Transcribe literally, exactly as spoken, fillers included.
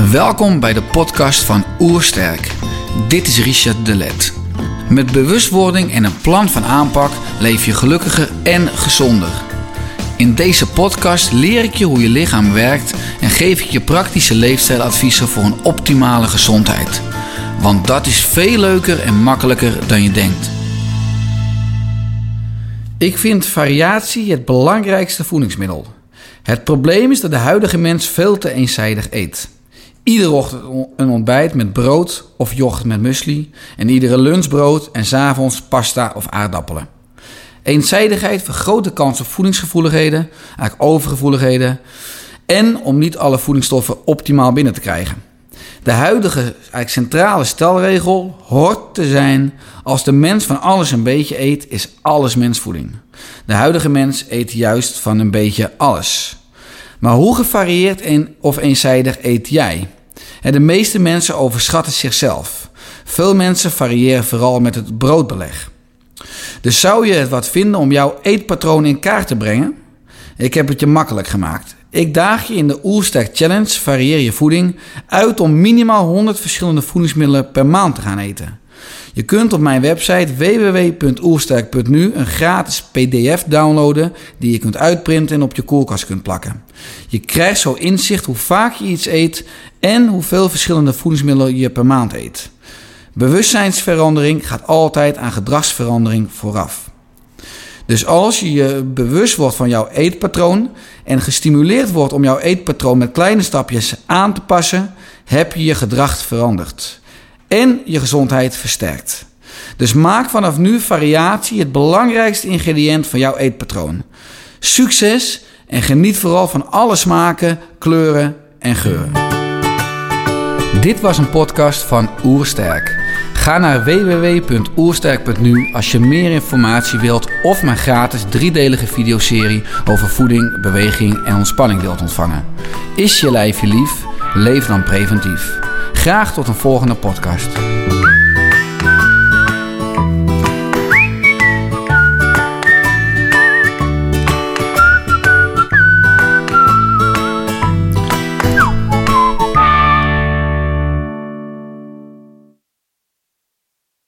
Welkom bij de podcast van Oersterk. Dit is Richard de Let. Met bewustwording en een plan van aanpak leef je gelukkiger en gezonder. In deze podcast leer ik je hoe je lichaam werkt en geef ik je praktische leefstijladviezen voor een optimale gezondheid. Want dat is veel leuker en makkelijker dan je denkt. Ik vind variatie het belangrijkste voedingsmiddel. Het probleem is dat de huidige mens veel te eenzijdig eet. Iedere ochtend een ontbijt met brood of yoghurt met muesli en iedere lunch brood en 's avonds pasta of aardappelen. Eenzijdigheid vergroot de kans op voedingsgevoeligheden, eigenlijk overgevoeligheden, en om niet alle voedingsstoffen optimaal binnen te krijgen. De huidige eigenlijk centrale stelregel hoort te zijn: als de mens van alles een beetje eet, is alles mensvoeding. De huidige mens eet juist van een beetje alles. Maar hoe gevarieerd en of eenzijdig eet jij? De meeste mensen overschatten zichzelf. Veel mensen variëren vooral met het broodbeleg. Dus zou je het wat vinden om jouw eetpatroon in kaart te brengen? Ik heb het je makkelijk gemaakt. Ik daag je in de Oersterk Challenge, varieer je voeding, uit om minimaal honderd verschillende voedingsmiddelen per maand te gaan eten. Je kunt op mijn website w w w punt oersterk punt n u een gratis P D F downloaden die je kunt uitprinten en op je koelkast kunt plakken. Je krijgt zo inzicht hoe vaak je iets eet en hoeveel verschillende voedingsmiddelen je per maand eet. Bewustzijnsverandering gaat altijd aan gedragsverandering vooraf. Dus als je je bewust wordt van jouw eetpatroon en gestimuleerd wordt om jouw eetpatroon met kleine stapjes aan te passen, heb je je gedrag veranderd en je gezondheid versterkt. Dus maak vanaf nu variatie het belangrijkste ingrediënt van jouw eetpatroon. Succes en geniet vooral van alle smaken, kleuren en geuren. Dit was een podcast van Oersterk. Ga naar w w w punt oersterk punt n u als je meer informatie wilt of mijn gratis driedelige videoserie over voeding, beweging en ontspanning wilt ontvangen. Is je lijf je lief? Leef dan preventief. Graag tot een volgende podcast.